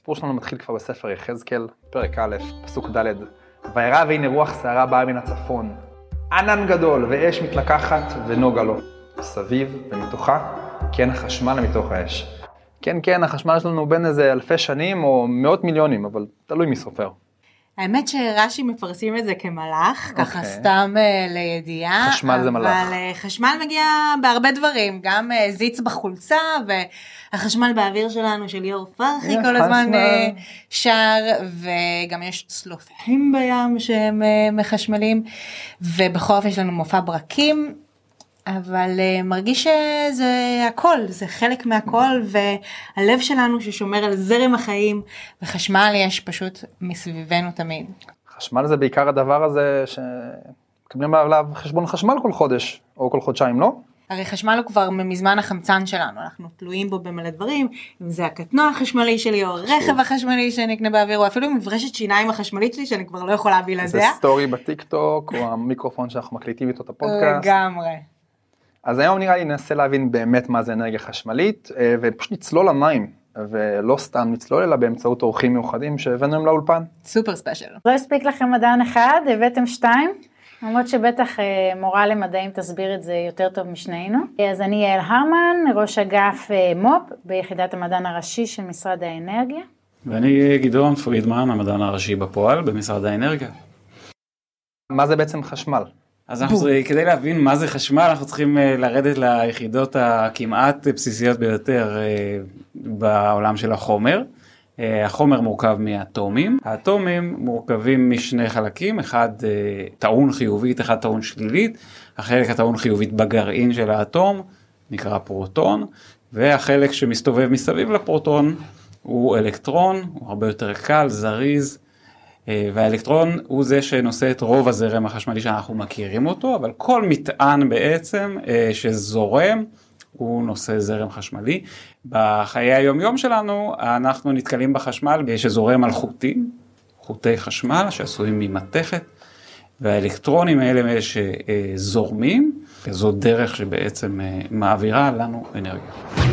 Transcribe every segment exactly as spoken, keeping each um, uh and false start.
הסיפור שלנו מתחיל כבר בספר יחזקאל, פרק א', פסוק ד'. וירא והנה רוח סערה באה מן הצפון, ענן גדול ואש מתלקחת ונוגה לו, סביב ומתוכה כן החשמל מתוך האש. כן, כן, החשמל שלנו בין איזה אלפי שנים או מאות מיליונים, אבל תלוי מי סופר. האמת שרש"י מפרסים את זה כמלאך, ככה סתם לידיעה. חשמל זה מלאך. אבל חשמל מגיע בהרבה דברים, גם זיץ בחולצה, והחשמל באוויר שלנו של ליאור פרחי כל הזמן שר, וגם יש צלופים בים שהם מחשמלים, ובחורף יש לנו מופע ברקים, אבל uh, מרגיש שזה הכל, זה חלק מהכל, והלב שלנו ששומר על זרם החיים, וחשמל יש פשוט מסביבנו תמיד. חשמל זה בעיקר הדבר הזה שמקבלים עליו חשבון חשמל כל חודש, או כל חודשיים, לא? הרי חשמל הוא כבר מזמן החמצן שלנו, אנחנו תלויים בו במלא דברים, אם זה הקטנוע החשמלי שלי, או הרכב החשמלי שנקנה באוויר, או אפילו עם מברשת שיניים החשמלית שלי, שאני כבר לא יכולה בלעדיה. זה סטורי בטיק טוק, או המיקרופון שאנחנו מקליטים איתו את הפודקאסט. לגמרי. אז היום נראה לי ננסה להבין באמת מה זה אנרגיה חשמלית, ופשוט נצלול למים, ולא סתם נצלול, אלא באמצעות אורחים מיוחדים שהבאנו הם לאולפן. סופר ספיישל. לא הספיק לכם מדען אחד, הבאתם שתיים, למרות שבטח מורה למדעים תסביר את זה יותר טוב משנינו. אז אני יעל הרמן, ראש אגף מו"פ ביחידת המדען הראשי של משרד האנרגיה. ואני גדעון פרידמן, המדען הראשי בפועל במשרד האנרגיה. מה זה בעצם חשמל? אז אנחנו, כדי להבין מה זה חשמל, אנחנו צריכים לרדת ליחידות הכמעט בסיסיות ביותר בעולם של החומר. החומר מורכב מאטומים. האטומים מורכבים משני חלקים, אחד טעון חיובית, אחד טעון שלילית. החלק הטעון חיובית בגרעין של האטום נקרא פרוטון, והחלק שמסתובב מסביב לפרוטון הוא אלקטרון, הוא הרבה יותר קל, זריז, והאלקטרון הוא זה שנושא את רוב הזרם החשמלי שאנחנו מכירים אותו, אבל כל מטען בעצם שזורם הוא נושא זרם חשמלי. בחיי היום יום שלנו אנחנו נתקלים בחשמל שזורם על חוטים, חוטי חשמל שעשויים ממתכת, והאלקטרונים האלה הם אלה שזורמים, זו דרך שבעצם מעבירה לנו אנרגיה.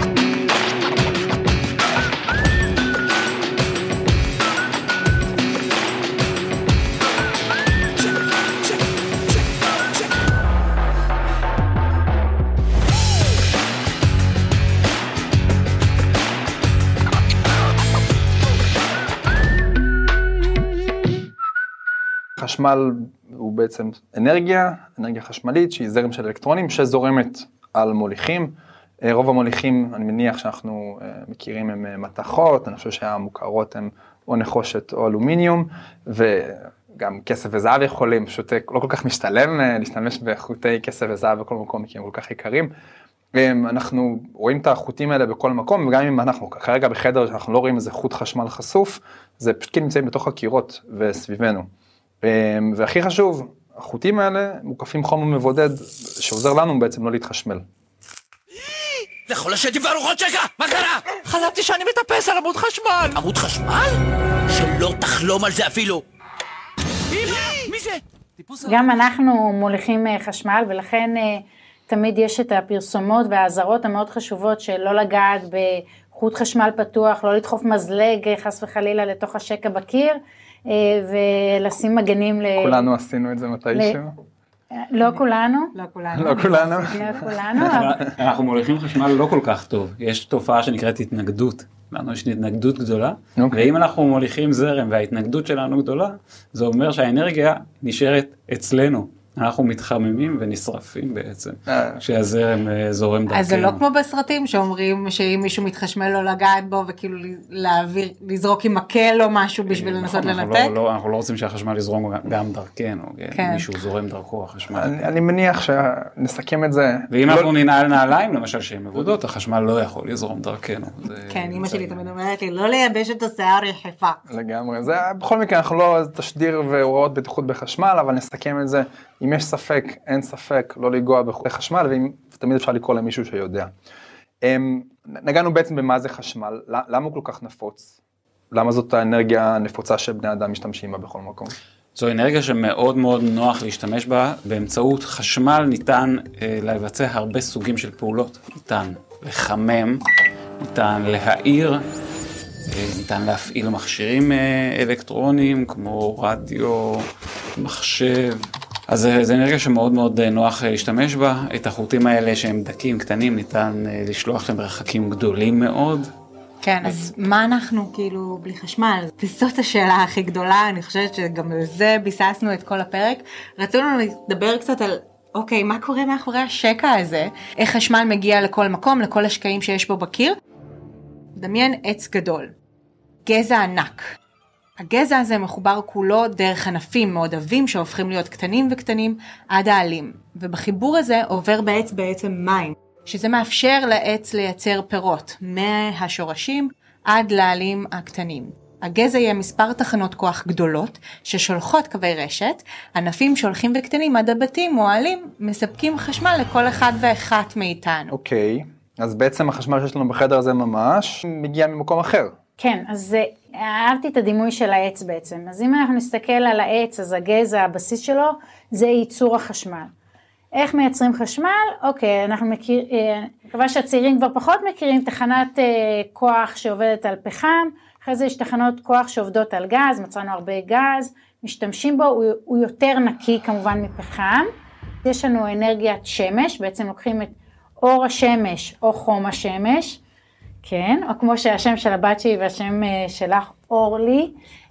חשמל הוא בעצם אנרגיה, אנרגיה חשמלית שהיא זרם של אלקטרונים שזורמת על מוליכים. רוב המוליכים, אני מניח שאנחנו מכירים הם מתכות, אני חושב שהמוכרות הם או נחושת או אלומיניום, וגם כסף וזהב יכולים, פשוט לא כל כך משתלם להשתמש בחוטי כסף וזהב בכל מקום, כי הם כל כך יקרים. אנחנו רואים את החוטים האלה בכל מקום, וגם אם אנחנו כרגע בחדר שאנחנו לא רואים איזה חוט חשמל חשוף, זה פשוט כי נמצאים בתוך הקירות וסביבנו. והכי חשוב, החוטים האלה מוקפים חומר מבודד שעוזר לנו בעצם לא להתחשמל. לכל השדים והרוחות שקע, מה קרה? חלמתי שאני מטפס על עמוד חשמל. עמוד חשמל? שלא תחלום על זה אפילו. אמא, מי זה? גם אנחנו מוליכים חשמל, ולכן תמיד יש את הפרסומות והעזרות המאוד חשובות שלא לגעת בחוט חשמל פתוח, לא לדחוף מזלג חס וחלילה לתוך השקע בקיר, ולשים מגנים ל... כולנו עשינו את זה מתישהו? לא כולנו. לא כולנו. לא כולנו. לא כולנו. אנחנו מוליכים חשמל לא כל כך טוב. יש תופעה שנקראת התנגדות. לנו יש התנגדות גדולה, ואם אנחנו מוליכים זרם וההתנגדות שלנו גדולה, זה אומר שהאנרגיה נשארת אצלנו. אנחנו מתחממים ונשרפים בעצם, כשהזרם זורם דרכנו. אז זה לא כמו בסרטים שאומרים שאם מישהו מתחשמל לא לגעת בו, וכאילו להעביר, לזרוק עם מקל או משהו בשביל לנסות לנתק? אנחנו לא רוצים שהחשמל יזרום גם דרכנו, מישהו זורם דרכו החשמל. אני מניח שנסכם את זה. ואם אנחנו ננעל נעליים, למשל שהן מבודות, החשמל לא יכול לזרום דרכנו. כן, אמא שלי תמיד אומרת לי, לא לייבש את השיער יחפה. לגמרי, בכל מקרה אנחנו לא תשדיר והוראות בטיחות בחשמל, אבל נסכם את זה. אם יש ספק, אין ספק, לא לגוע בחוטי חשמל, ותמיד אפשר לקרוא למישהו שיודע. נגענו בעצם במה זה חשמל, למה הוא כל כך נפוץ? למה זאת האנרגיה הנפוצה שבני אדם משתמשים בה בכל מקום? זו אנרגיה שמאוד מאוד נוח להשתמש בה, באמצעות חשמל ניתן אה, לבצע הרבה סוגים של פעולות, ניתן לחמם, ניתן להעיר, ניתן להפעיל מכשירים אלקטרוניים כמו רדיו, מחשב. אז זו אנרגיה שמאוד מאוד נוח להשתמש בה. את החוטים האלה שהם דקים, קטנים, ניתן לשלוח למרחקים גדולים מאוד. כן, אז מה אנחנו כאילו בלי חשמל? וזאת השאלה הכי גדולה, אני חושבת שגם לזה ביססנו את כל הפרק. רצינו לדבר קצת על, אוקיי, מה קורה מאחורי השקע הזה? איך חשמל מגיע לכל מקום, לכל השקעים שיש בו בקיר? דמיין עץ גדול, גזע ענק. הגזע הזה מחובר כולו דרך ענפים מאוד עבים שהופכים להיות קטנים וקטנים עד העלים. ובחיבור הזה עובר בעץ בעצם מים, שזה מאפשר לעץ לייצר פירות מהשורשים עד לעלים הקטנים. הגזע יהיה מספר תחנות כוח גדולות ששולחות קווי רשת, ענפים שולחים וקטנים עד הבתים או העלים מספקים חשמל לכל אחד ואחת מאיתנו. אוקיי, אז בעצם החשמל שיש לנו בחדר הזה ממש מגיע ממקום אחר. כן, אז אהבתי את הדימוי של העץ בעצם. אז אם אנחנו נסתכל על העץ, אז הגזע, הבסיס שלו, זה ייצור החשמל. איך מייצרים חשמל? אוקיי, אנחנו מכיר, מקווה שהצעירים כבר פחות מכירים תחנת כוח שעובדת על פחם, אחרי זה יש תחנות כוח שעובדות על גז, מצאנו הרבה גז, משתמשים בו, הוא, הוא יותר נקי כמובן מפחם. יש לנו אנרגיית שמש, בעצם לוקחים את אור השמש או חום השמש, כן, או כמו שהשם של הבת שלי והשם שלך אורלי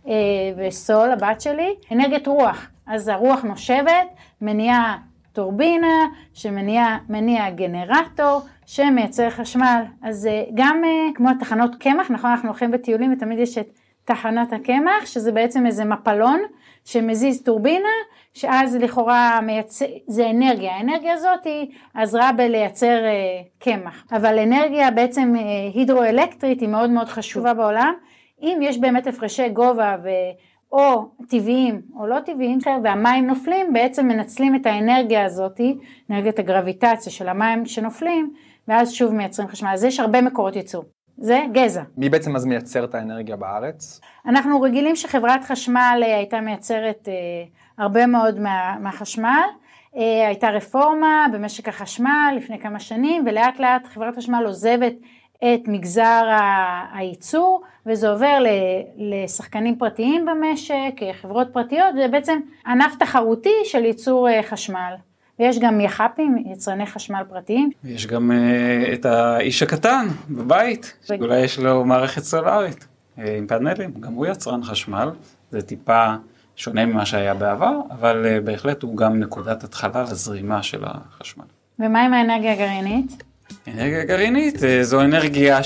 וסול, הבת שלי, אנרגיית רוח. אז הרוח נושבת, מניעה טורבינה, שמניע מניע גנרטור, שמייצר חשמל. אז גם כמו תחנות קמח, נכון, אנחנו הולכים בטיולים ותמיד יש את תחנת הקמח, שזה בעצם איזה מפלון שמזיז טורבינה, שאז לכאורה מייצר, זה אנרגיה. האנרגיה הזאת היא עזרה בלייצר אה, קמח. אבל אנרגיה בעצם אה, הידרואלקטרית היא מאוד מאוד חשובה בעולם. אם יש באמת הפרשי גובה ו... או טבעיים או לא טבעיים, והמים נופלים, בעצם מנצלים את האנרגיה הזאת, אנרגיית הגרביטציה של המים שנופלים, ואז שוב מייצרים חשמל. אז יש הרבה מקורות ייצור. זה גזע. מי בעצם אז מייצר את האנרגיה בארץ? אנחנו רגילים שחברת חשמל הייתה מייצרת אה, הרבה מאוד מה, מהחשמל, אה, הייתה רפורמה במשק החשמל לפני כמה שנים, ולאט לאט חברת חשמל עוזבת את מגזר הייצור, וזה עובר לשחקנים פרטיים במשק, חברות פרטיות, זה בעצם ענף תחרותי של ייצור חשמל. ויש גם יח"פים, יצרני חשמל פרטיים. יש גם uh, את האיש הקטן בבית, שאולי יש לו מערכת סולארית uh, עם פאנלים, גם הוא יצרן חשמל, זה טיפה שונה ממה שהיה בעבר, אבל uh, בהחלט הוא גם נקודת התחלה לזרימה של החשמל. ומה עם האנרגיה הגרעינית? אנרגיה גרעינית זו אנרגיה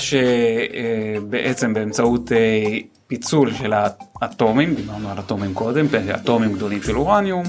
שבעצם באמצעות פיצול של האטומים, דיברנו על אטומים קודם, אטומים גדולים של אורניום,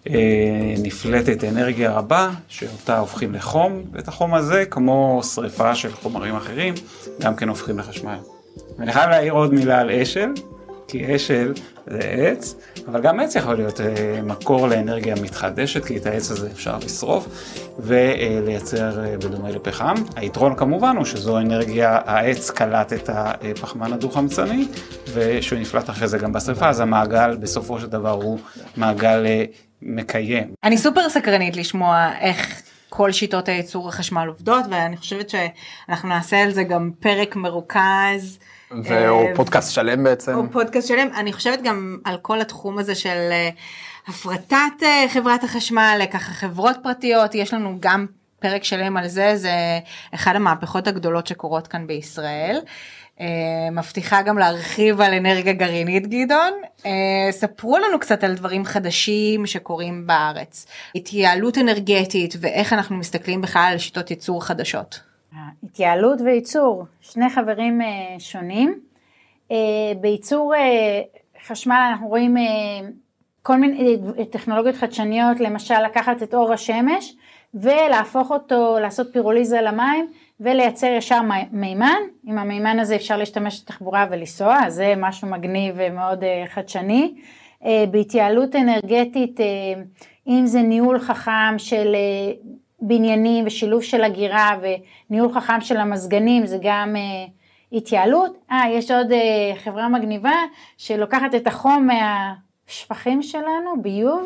נפלטת אנרגיה רבה שאותה הופכים לחום, ואת החום הזה כמו שריפה של חומרים אחרים גם כן הופכים לחשמל. ואני חייב להעיר עוד מילה על אשל, כי אשל זה עץ, אבל גם עץ יכול להיות מקור לאנרגיה מתחדשת, כי את העץ הזה אפשר לשרוף ולייצר בדומה לפחם. היתרון כמובן הוא שזו אנרגיה, העץ קלט את הפחמן הדו-חמצני, ושהוא נפלט אחרי זה גם בשריפה, אז המעגל בסופו של דבר הוא מעגל מקיים. אני סופר סקרנית לשמוע איך כל שיטות הייצור החשמל עובדות, ואני חושבת שאנחנו נעשה על זה גם פרק מרוכז, או פודקאסט שלם בעצם. או פודקאסט שלם. אני חושבת גם על כל התחום הזה של הפרטת חברת החשמל, ככה חברות פרטיות, יש לנו גם פרק שלם על זה, זה אחד המהפכות הגדולות שקורות כאן בישראל. מבטיחה גם להרחיב על אנרגיה גרעינית, גדעון. ספרו לנו קצת על דברים חדשים שקורים בארץ. התייעלות אנרגטית ואיך אנחנו מסתכלים בכלל על שיטות ייצור חדשות. התייעלות וייצור, שני חברים שונים. בייצור חשמל אנחנו רואים כל מיני טכנולוגיות חדשניות, למשל לקחת את אור השמש ולהפוך אותו, לעשות פירוליזה למים ולייצר ישר מימן. עם המימן הזה אפשר להשתמש בתחבורה ולנסוע, אז זה משהו מגניב ומאוד חדשני. בהתייעלות אנרגטית, אם זה ניהול חכם של בניינים ושילוב של הגירה וניהול חכם של המזגנים, זה גם התייעלות. אה, יש עוד חברה מגניבה שלוקחת את החום מהשפכים שלנו, ביוב,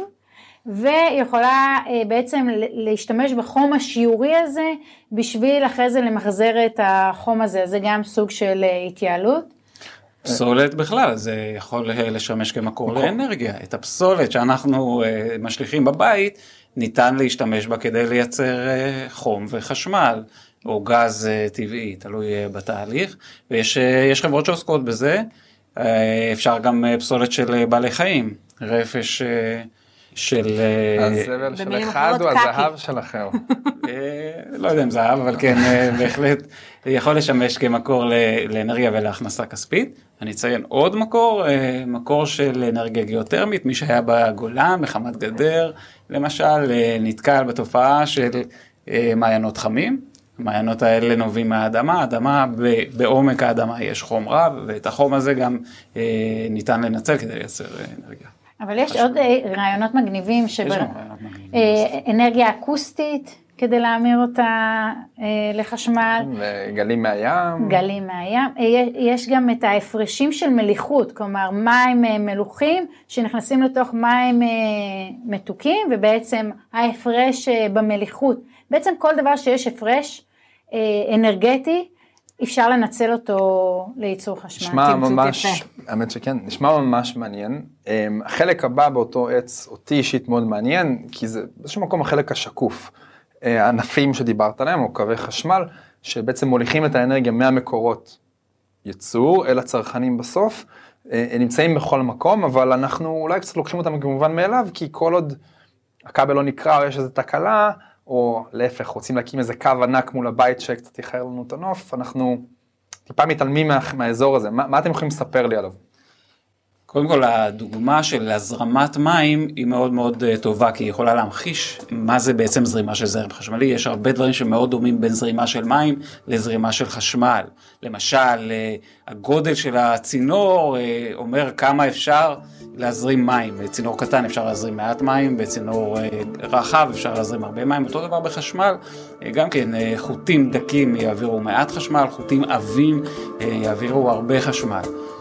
ויכולה בעצם להשתמש בחום השיעורי הזה, בשביל אחרי זה למחזר את החום הזה, זה גם סוג של התייעלות. פסולת בכלל, זה יכול לשמש כמקור לאנרגיה. את הפסולת שאנחנו משליכים בבית, ניתן להשתמש בה כדי לייצר חום וחשמל, או גז טבעי, תלוי בתהליך, ויש חברות שעוסקות בזה, אפשר גם פסולת של בעלי חיים, רפש של... הזבל של אחד הוא הזהב של אחר. לא יודע אם זהב, אבל כן, בהחלט יכול לשמש כמקור לאנרגיה ולהכנסה כספית. אני אציין עוד מקור, מקור של אנרגיה גיאותרמית, מי שהיה בגולן, בחמת גדר, למשל, נתקל בתופעה של מעיינות חמים. המעיינות האלה נובעים מהאדמה, האדמה, בעומק האדמה יש חום רב, ואת החום הזה גם ניתן לנצל כדי לייצר אנרגיה. אבל יש עוד רעיונות מגניבים, אנרגיה אקוסטית, כדי להמיר אותה לחשמל. גלים מהים. גלים מהים. יש גם את ההפרשים של מליחות, כלומר מים מלוחים שנכנסים לתוך מים מתוקים, ובעצם ההפרש במליחות. בעצם כל דבר שיש הפרש אנרגטי, אפשר לנצל אותו לייצור חשמל. נשמע ממש, האמת שכן, נשמע ממש מעניין. החלק הבא באותו עץ, אותי אישית מאוד מעניין, כי זה באיזשהו מקום החלק השקוף. הענפים שדיברת עליהם, או קווי חשמל, שבעצם מוליכים את האנרגיה מהמקורות ייצור אל הצרכנים בסוף, הם נמצאים בכל מקום, אבל אנחנו אולי קצת לוקחים אותם כמובן מאליו, כי כל עוד הכבל לא נקרא או יש איזו תקלה, או להפך, רוצים להקים איזה קו ענק מול הבית שקצת יחר לנו את הנוף, אנחנו טיפה מתעלמים מה, מהאזור הזה. מה, מה אתם יכולים לספר לי עליו? קודם כל, הדוגמה של הזרמת מים היא מאוד מאוד טובה, כי היא יכולה להמחיש מה זה בעצם זרימה של זרם חשמלי. יש הרבה דברים שמאוד דומים בין זרימה של מים לזרימה של חשמל. למשל, הגודל של הצינור אומר כמה אפשר להזרים מים. בצינור קטן אפשר להזרים מעט מים, בצינור רחב אפשר להזרים הרבה מים. אותו דבר בחשמל, גם כן חוטים דקים יעבירו מעט חשמל, חוטים עבים יעבירו הרבה חשמל.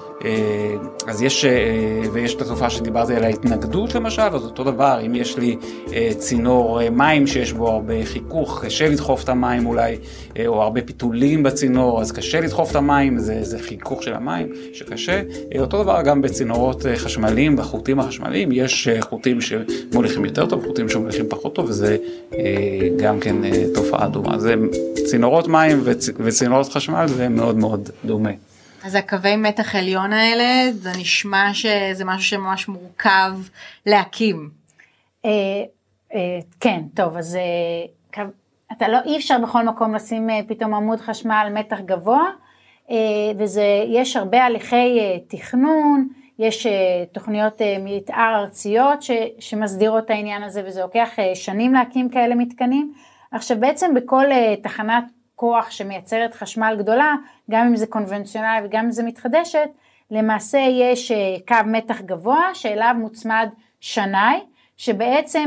אז יש, ויש את התופעה שדיברתי על ההתנגדות למשל, אז אותו דבר, אם יש לי צינור מים שיש בו הרבה חיכוך, קשה לדחוף את המים אולי, או הרבה פיתולים בצינור, אז קשה לדחוף את המים, זה, זה חיכוך של המים שקשה. אותו דבר גם בצינורות חשמליים, בחוטים החשמליים, יש חוטים שמוליכים יותר טוב, חוטים שמוליכים פחות טוב, וזה גם כן תופעה דומה. זה צינורות מים וצינורות חשמל, זה מאוד מאוד דומה. אז הקווי מתח עליון האלה, זה נשמע שזה משהו שממש מורכב להקים. כן, טוב, אז אתה לא, אי אפשר בכל מקום לשים פתאום עמוד חשמל מתח גבוה, ויש הרבה הליכי תכנון, יש תוכניות מתאר ארציות שמסדירות את העניין הזה, וזה לוקח שנים להקים כאלה מתקנים. עכשיו בעצם בכל תחנת כוח שמייצרת חשמל גדולה, גם אם זה קונבנציונלי וגם אם זה מתחדשת, למעשה יש קו מתח גבוה שאליו מוצמד שנאי, שבעצם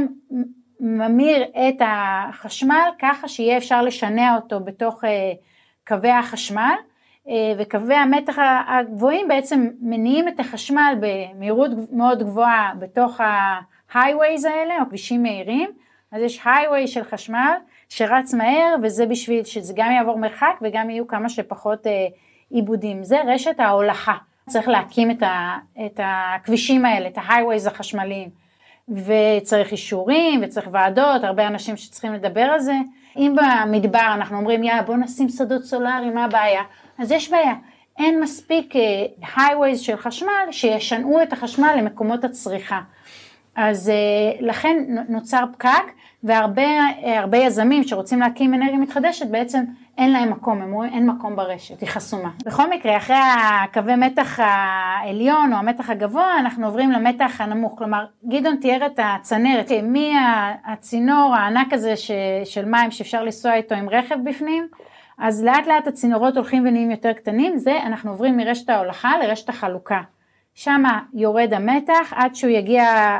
ממיר את החשמל ככה שיהיה אפשר לשנע אותו בתוך קווי החשמל, וקווי המתח הגבוהים בעצם מניעים את החשמל במהירות מאוד גבוהה בתוך ההייווייז האלה, או כבישים מהירים. אז יש הייווי של חשמל שרץ מהר, וזה בשביל שזה גם יעבור מרחק וגם יהיו כמה שפחות אה, עיבודים. זה רשת ההולכה. צריך להקים את, ה, את הכבישים האלה, את ההייווייז החשמליים, וצריך אישורים וצריך ועדות, הרבה אנשים שצריכים לדבר על זה. אם במדבר אנחנו אומרים, יא, בוא נשים שדות סולאריים, מה הבעיה? אז יש בעיה. אין מספיק הייווייז של חשמל שישנעו את החשמל למקומות הצריכה. אז לכן נוצר פקק, והרבה הרבה יזמים שרוצים להקים אנרגיה מתחדשת, בעצם אין להם מקום, הם אומרים, אין מקום ברשת, היא חסומה. בכל מקרה, אחרי הקווי מתח העליון או המתח הגבוה, אנחנו עוברים למתח הנמוך, כלומר, גדעון תיאר את הצנרת, מהצינור הענק הזה של מים שאפשר לנסוע איתו עם רכב בפנים, אז לאט לאט הצינורות הולכים ונהיים יותר קטנים, זה אנחנו עוברים מרשת ההולכה לרשת החלוקה. שם יורד המתח עד שהוא יגיע אה,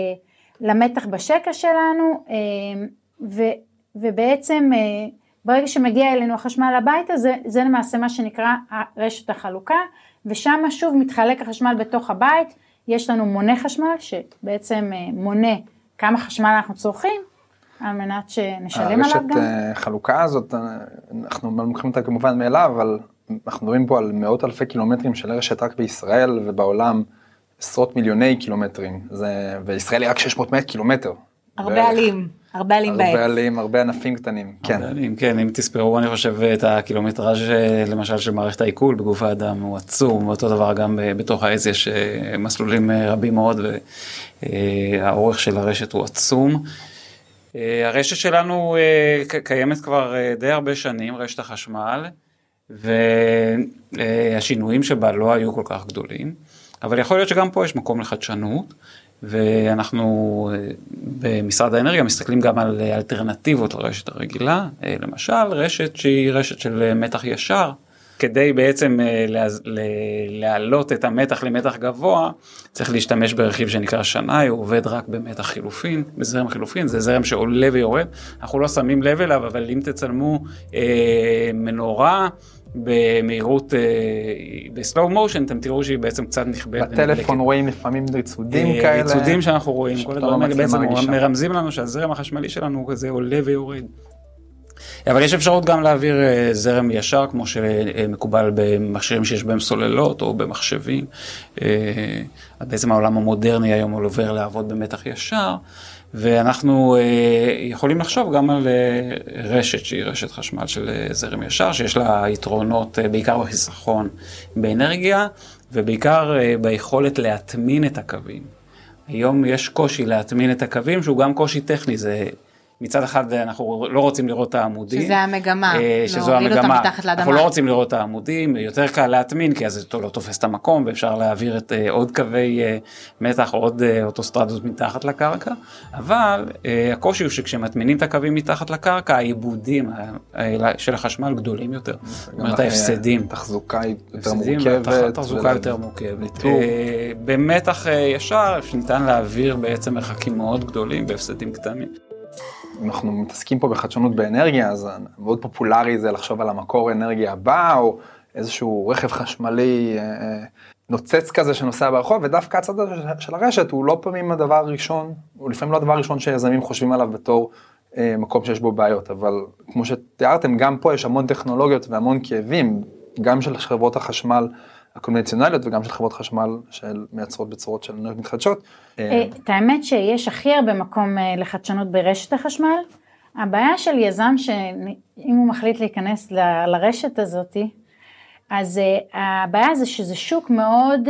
למתח בשקע שלנו, אה, ו, ובעצם אה, ברגע שמגיע אלינו החשמל הביתה, זה, זה למעשה מה שנקרא רשת החלוקה, ושם שוב מתחלק החשמל בתוך הבית, יש לנו מונה חשמל שבעצם אה, מונה כמה חשמל אנחנו צורכים, על מנת שנשלם עליו גם. הרשת חלוקה הזאת, אנחנו מלמדים אותה כמובן מאליו, אבל אנחנו מדברים פה על מאות אלפי קילומטרים של רשת רק בישראל, ובעולם עשרות מיליוני קילומטרים, זה, וישראל היא רק שש מאות קילומטר. הרבה עלים, הרבה עלים בעץ. הרבה עלים, הרבה ענפים קטנים, כן. הרבה עלים, כן, אם תספרו, אני חושב, את הקילומטראז' למשל של מערכת העיכול בגוף האדם הוא עצום, ואותו דבר גם בתוך העץ יש מסלולים רבים מאוד, והאורך של הרשת הוא עצום. הרשת שלנו קיימת כבר די הרבה שנים, רשת החשמל, והשינויים שבה לא היו כל כך גדולים, אבל יכול להיות שגם פה יש מקום לחדשנות, ואנחנו במשרד האנרגיה מסתכלים גם על אלטרנטיבות לרשת הרגילה, למשל רשת שהיא רשת של מתח ישר, כדי בעצם להעלות את המתח למתח גבוה, צריך להשתמש ברכיב שנקרא שנאי, הוא עובד רק במתח חילופין, בזרם חילופין, זה זרם שעולה ויורד, אנחנו לא שמים לב אליו, אבל אם תצלמו אה, מנורה, במהירות, בסלואו מושן, אתם תראו שהיא בעצם קצת נכבדת. בטלפון רואים לפעמים ריצודים כאלה. ריצודים שאנחנו רואים, כל הדברים האלה בעצם מרמזים לנו שהזרם החשמלי שלנו כזה עולה ויורד. אבל יש אפשרות גם להעביר זרם ישר, כמו שמקובל במכשירים שיש בהם סוללות או במחשבים. בעצם העולם המודרני היום הוא עובר לעבוד במתח ישר, ואנחנו יכולים לחשוב גם על רשת שהיא רשת חשמל של זרם ישר, שיש לה יתרונות בעיקר בחיסכון באנרגיה, ובעיקר ביכולת להטמין את הקווים. היום יש קושי להטמין את הקווים, שהוא גם קושי טכני, זה מצד אחד אנחנו לא רוצים לראות את העמודים. שזה המגמה, שזו המגמה. אנחנו לא רוצים לראות את העמודים, יותר קל להטמין, כי אז זה לא תופס את המקום, ואפשר להעביר את עוד קווי מתח, עוד אוטוסטרדות מתחת לקרקע, אבל הקושי הוא שכשמטמינים את הקווים מתחת לקרקע, העיבודים של החשמל גדולים יותר. זאת אומרת, ההפסדים. תחזוקה יותר מורכבת. תחזוקה יותר מורכבת. במתח ישר, ניתן להעביר בעצם מרחקים מאוד גדולים, בהפסדים קטנים. אנחנו מתעסקים פה בחדשנות באנרגיה, אז מאוד פופולרי זה לחשוב על המקור אנרגיה הבא, או איזשהו רכב חשמלי נוצץ כזה שנוסע ברחוב, ודווקא הצד של הרשת הוא לא פעמים הדבר הראשון, הוא לפעמים לא הדבר הראשון שיזמים חושבים עליו בתור מקום שיש בו בעיות, אבל כמו שתיארתם, גם פה יש המון טכנולוגיות והמון כאבים, גם של חברות החשמל הקונבנציונליות וגם של חברות חשמל שמייצרות בצורות של אנרגיות מתחדשות. את האמת שיש הכי הרבה מקום לחדשנות ברשת החשמל. הבעיה של יזם שאם הוא מחליט להיכנס ל- לרשת הזאת, אז הבעיה זה שזה שוק מאוד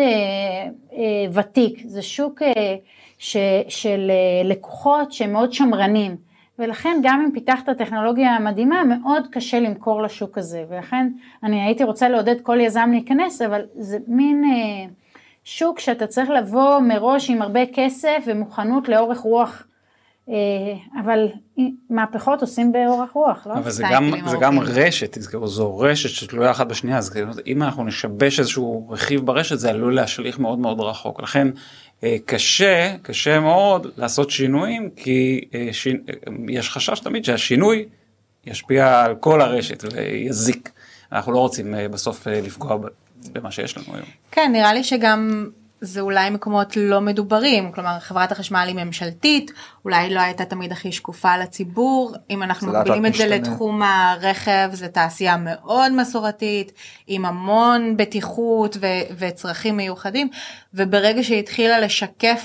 ותיק, זה שוק ש- של לקוחות שהם מאוד שמרנים, ולכן גם אם פיתחת טכנולוגיה מדהימה, מאוד קשה למכור לשוק הזה, ולכן אני הייתי רוצה לעודד כל יזם להיכנס, אבל זה מין אה, שוק שאתה צריך לבוא מראש עם הרבה כסף ומוכנות לאורך רוח, אה, אבל מהפכות עושים באורך רוח, לא? אבל זה גם, זה גם רשת, תזכרו, זו רשת שתלויה אחת בשנייה, אז אם אנחנו נשבש איזשהו רכיב ברשת, זה עלול להשליך מאוד מאוד רחוק, לכן קשה, קשה מאוד לעשות שינויים, כי יש חשש תמיד שהשינוי ישפיע על כל הרשת ויזיק. אנחנו לא רוצים בסוף לפגוע במה שיש לנו היום. כן, נראה לי שגם זה אולי מקומות לא מדוברים, כלומר חברת החשמל היא ממשלתית, אולי לא הייתה תמיד הכי שקופה לציבור, אם אנחנו מקבילים את זה לתחום הרכב, זה תעשייה מאוד מסורתית, עם המון בטיחות ו- וצרכים מיוחדים, וברגע שהיא התחילה לשקף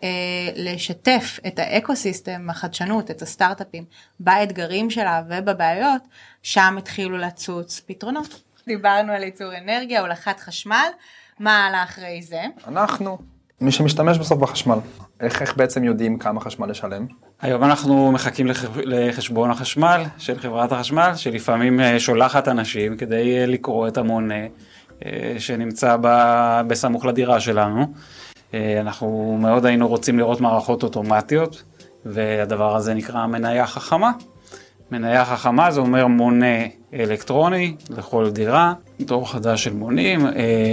ולשתף את האקוסיסטם, החדשנות, את הסטארט-אפים, באתגרים שלה ובבעיות, שם התחילו לצוץ פתרונות. דיברנו על ייצור אנרגיה, הולכת חשמל, מה עלה אחרי זה? אנחנו, מי שמשתמש בסוף בחשמל, איך, איך בעצם יודעים כמה חשמל לשלם? היום אנחנו מחכים לח... לחשבון החשמל של חברת החשמל, שלפעמים שולחת אנשים כדי לקרוא את המונה שנמצא ב... בסמוך לדירה שלנו. אנחנו מאוד היינו רוצים לראות מערכות אוטומטיות, והדבר הזה נקרא מניה חכמה. מניה חכמה זה אומר מונה אלקטרוני לכל דירה, דור חדש של מונים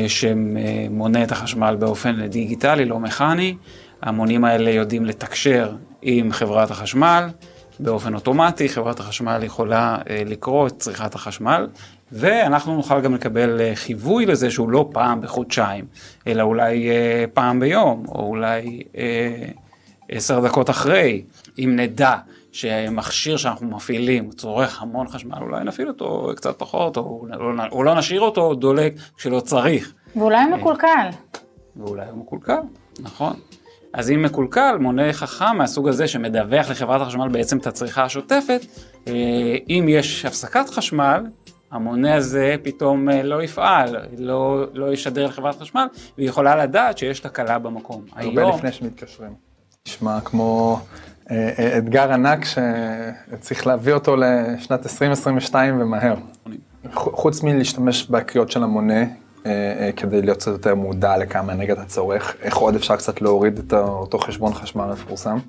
שמונה את החשמל באופן דיגיטלי, לא מכני. המונים האלה יודעים לתקשר עם חברת החשמל באופן אוטומטי, חברת החשמל יכולה לקרוא את צריכת החשמל, ואנחנו נוכל גם לקבל חיווי לזה שהוא לא פעם בחודשיים, אלא אולי פעם ביום, או אולי עשר דקות אחרי, אם נדע שמכשיר שאנחנו מפעילים, צורך המון חשמל, אולי נפעיל אותו קצת פחות, או לא, או לא נשאיר אותו דולק כשלא צריך. ואולי הוא מקולקל. ואולי הוא מקולקל, נכון. אז אם מקולקל, מונה חכם מהסוג הזה שמדווח לחברת החשמל בעצם את הצריכה השוטפת, אם יש הפסקת חשמל, המונה הזה פתאום לא יפעל, לא, לא ישדר לחברת חשמל, והיא יכולה לדעת שיש תקלה במקום. הרבה היום... לפני שמתקשרים. נשמע כמו אה, אתגר ענק שצריך להביא אותו לשנת עשרים עשרים ושתיים ומהר. חוץ מלהשתמש בקריאות של המונה, כדי להיות קצת יותר מודע לכמה אנרגיה אתה צורך, איך עוד אפשר קצת להוריד את אותו חשבון חשמל מפורסם?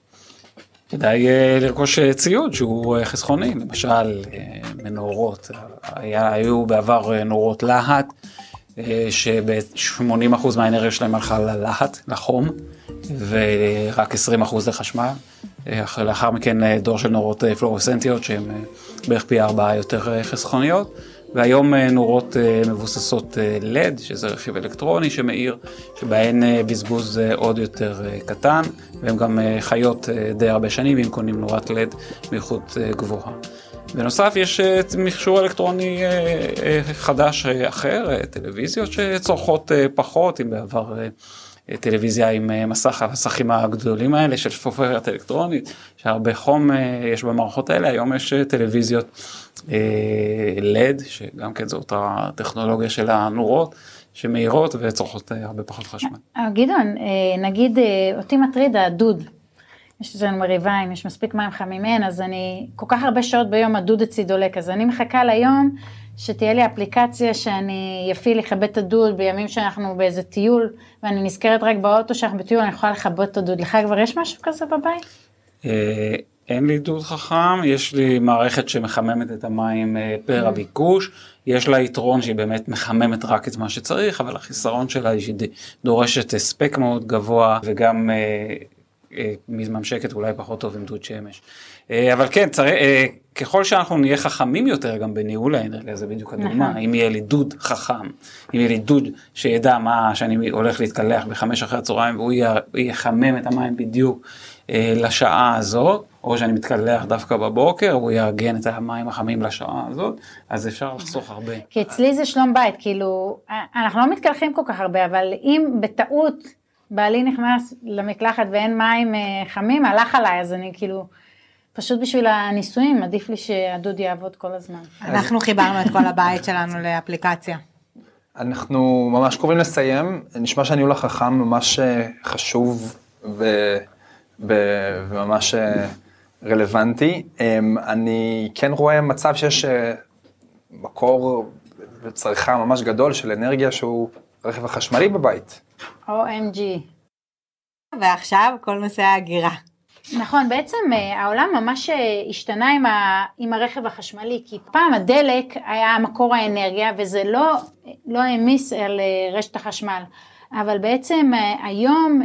כדאי לרכוש ציוד שהוא חסכוני, למשל מנורות, היה, היו בעבר נורות להט, שב-שמונים אחוז מהאנרגיה שלהם הלכה ללהט, לחום, ורק עשרים אחוז לחשמל. לאחר מכן דור של נורות פלורסנטיות שהן בערך פי ארבעה יותר חסכוניות, והיום נורות מבוססות לד, שזה רכיב אלקטרוני שמאיר, שבהן בזבוז עוד יותר קטן, והן גם חיות די הרבה שנים, אם קונים נורת לד מאיכות גבוהה. בנוסף, יש מכשור אלקטרוני חדש אחר, טלוויזיות שצורכות פחות, אם בעבר טלוויזיה עם מסך, המסכים הגדולים האלה של שפופרת אלקטרונית, שהרבה חום יש במערכות האלה, היום יש טלוויזיות לד, שגם כן זאת הטכנולוגיה של הנורות, שמאירות וצורכות הרבה פחות חשמל. גדעון, נגיד אותי מטריד הדוד, יש לנו מריבה, אם יש מספיק מים חמים אין, אז אני כל כך הרבה שעות ביום הדוד אצלי דולק, אז אני מחכה ליום שתהיה לי אפליקציה שאני יפעיל לכבות את הדוד בימים שאנחנו באיזה טיול, ואני נזכרת רק באוטו שאנחנו בטיול, אני יכולה לכבות את הדוד. לך כבר יש משהו כזה בבית? אין לי דוד חכם, יש לי מערכת שמחממת את המים פר הביקוש, יש לה יתרון שהיא באמת מחממת רק את מה שצריך, אבל החיסרון שלה היא שהיא דורשת הספק מאוד גבוה, וגם ממשקת אולי פחות טוב עם דוד שמש. אבל כן, צריך, ככל שאנחנו נהיה חכמים יותר גם בניהול האנרגיה, זה בדיוק הדוגמה, אם יהיה לי דוד חכם, אם יהיה לי דוד שידע מה שאני הולך להתקלח בחמש אחרי הצהריים, והוא יחמם את המים בדיוק לשעה הזאת, או שאני מתקלח דווקא בבוקר, הוא יארגן את המים החמים לשעה הזאת, אז אפשר לחסוך הרבה. כי אצלי זה שלום בית, כאילו, אנחנו לא מתקלחים כל כך הרבה, אבל אם בטעות בעלי נכנס למקלחת ואין מים חמים, הלך עליי, אז אני כאילו, פשוט בשביל הניסויים, עדיף לי שהדוד יעבוד כל הזמן. אנחנו חיברנו את כל הבית שלנו לאפליקציה. אנחנו ממש קרובים לסיים, נשמע שהניהול החכם ממש חשוב ו... וממש רלוונטי. אני כן רואה מצב שיש מקור וצריכה ממש גדול של אנרגיה שהוא רכב החשמלי בבית. או אם ג'י. ועכשיו כל נושא ההגירה. נכון, בעצם העולם ממש השתנה עם, ה, עם הרכב החשמלי, כי פעם הדלק היה מקור האנרגיה, וזה לא, לא המיס על רשת החשמל. אבל בעצם היום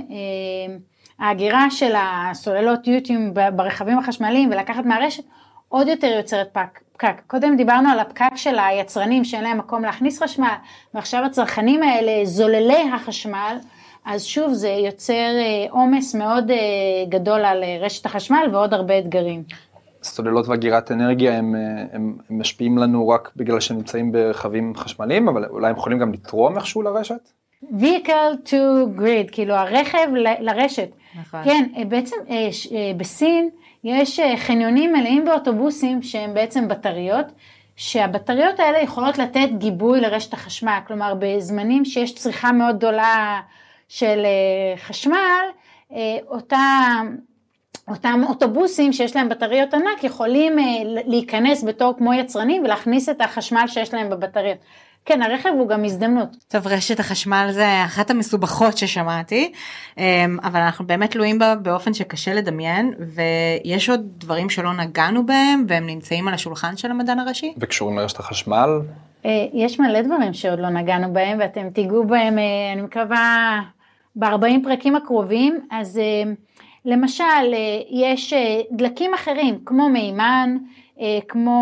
ההגירה של הסוללות יוטיוב ברכבים החשמליים ולקחת מהרשת, עוד יותר יוצרת פקק. קודם דיברנו על הפקק של היצרנים שאין להם מקום להכניס חשמל, ועכשיו הצרכנים האלה, זוללי החשמל, אז שוב זה יוצר עומס מאוד גדול על רשת החשמל ועוד הרבה אתגרים. סוללות והגירת אנרגיה הם, הם, הם משפיעים לנו רק בגלל שנמצאים ברכבים חשמליים, אבל אולי הם יכולים גם לתרום איכשהו לרשת? vehicle to grid, כאילו הרכב ל, לרשת. נכון. כן, בעצם בסין יש חניונים מלאים באוטובוסים שהם בעצם בטריות, שהבטריות האלה יכולות לתת גיבוי לרשת החשמל, כלומר בזמנים שיש צריכה מאוד גדולה של חשמל, אותה, אותם אוטובוסים שיש להם בטריות ענק יכולים להיכנס בתור כמו יצרנים ולהכניס את החשמל שיש להם בבטריות. כן, הרכב הוא גם הזדמנות. טוב, רשת החשמל זה אחת המסובכות ששמעתי, אבל אנחנו באמת תלויים בה באופן שקשה לדמיין, ויש עוד דברים שלא נגענו בהם, והם נמצאים על השולחן של המדען הראשי. וקשורים לרשת החשמל? יש מלא דברים שעוד לא נגענו בהם, ואתם תיגעו בהם, אני מקווה, ב-ארבעים פרקים הקרובים. אז למשל, יש דלקים אחרים, כמו מימן, כמו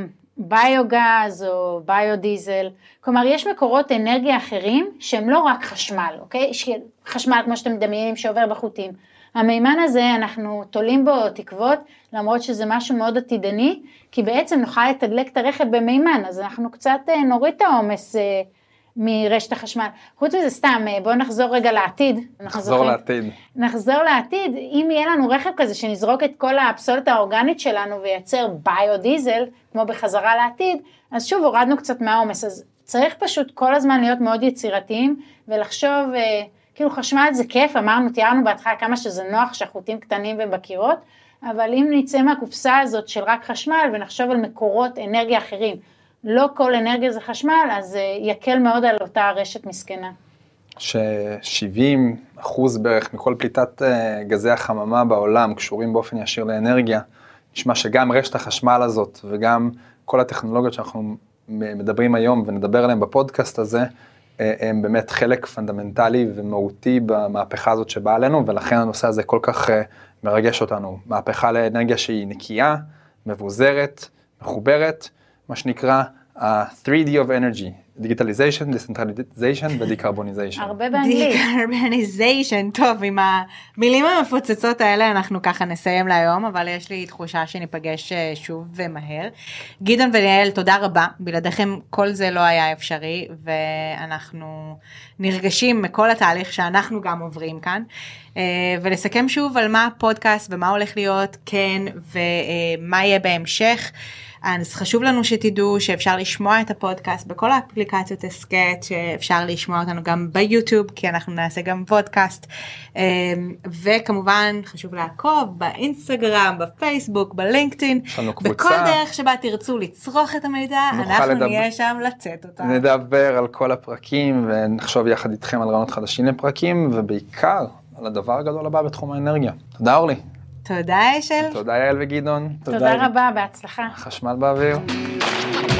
ביוגז או ביודיזל, כלומר יש מקורות אנרגיה אחרים שהם לא רק חשמל, אוקיי? חשמל כמו שאתם מדמיינים שעובר בחוטים, המימן הזה אנחנו תולים בו תקוות, למרות שזה משהו מאוד עתידני, כי בעצם נוכל לתדלק את הרכב במימן, אז אנחנו קצת נוריד את העומס מרשת החשמל. חוץ מזה סתם, בואו נחזור רגע לעתיד. נחזור לעתיד. נחזור לעתיד, אם יהיה לנו רכב כזה שנזרוק את כל הפסולת האורגנית שלנו וייצר ביודיזל, כמו בחזרה לעתיד, אז שוב הורדנו קצת מהעומס, אז צריך פשוט כל הזמן להיות מאוד יצירתיים, ולחשוב, כאילו חשמל זה כיף, אמרנו, תיארנו בהתחלה כמה שזה נוח, שחוטים קטנים ובקירות, אבל אם נצא מהקופסה הזאת של רק חשמל, ונחשוב על מקורות אנרגיה אחרים, לא כל אנרגיה זה חשמל, אז יקל מאוד על אותה רשת מסכנה. ש-שבעים אחוז בערך מכל פליטת גזי החממה בעולם קשורים באופן ישיר לאנרגיה. נשמע שגם רשת החשמל הזאת וגם כל הטכנולוגיות שאנחנו מדברים היום ונדבר עליהם בפודקאסט הזה, הם באמת חלק פונדמנטלי ומהותי במהפכה הזאת שבאה עלינו, ולכן הנושא הזה כל כך מרגש אותנו. מהפכה לאנרגיה שהיא נקייה, מבוזרת, מחוברת, מה שנקרא ה-תרי די of energy, digitalization, decentralization ו-decarbonization. הרבה באנגלית. decarbonization, טוב, עם המילים המפוצצות האלה אנחנו ככה נסיים להיום, אבל יש לי תחושה שניפגש שוב ומהר. גדעון וליאל, תודה רבה, בלעדיכם כל זה לא היה אפשרי, ואנחנו נרגשים מכל התהליך שאנחנו גם עוברים כאן, ולסכם שוב על מה הפודקאסט ומה הולך להיות, כן, ומה יהיה בהמשך. אז חשוב לנו שתדעו שאפשר לשמוע את הפודקאסט בכל האפליקציות הסקט, שאפשר לשמוע אותנו גם ביוטיוב, כי אנחנו נעשה גם פודקאסט, וכמובן חשוב לעקוב באינסטגרם, בפייסבוק, בלינקדאין, בכל דרך שבה תרצו לצרוך את המידע, אנחנו לדבר, נהיה שם לצאת אותה. נדבר על כל הפרקים, ונחשוב יחד איתכם על רעיונות חדשים לפרקים, ובעיקר על הדבר הגדול הבא בתחום האנרגיה. תודה אורלי. תודה אשל. תודה יעל וגדעון. תודה רבה, בהצלחה. חשמל באוויר.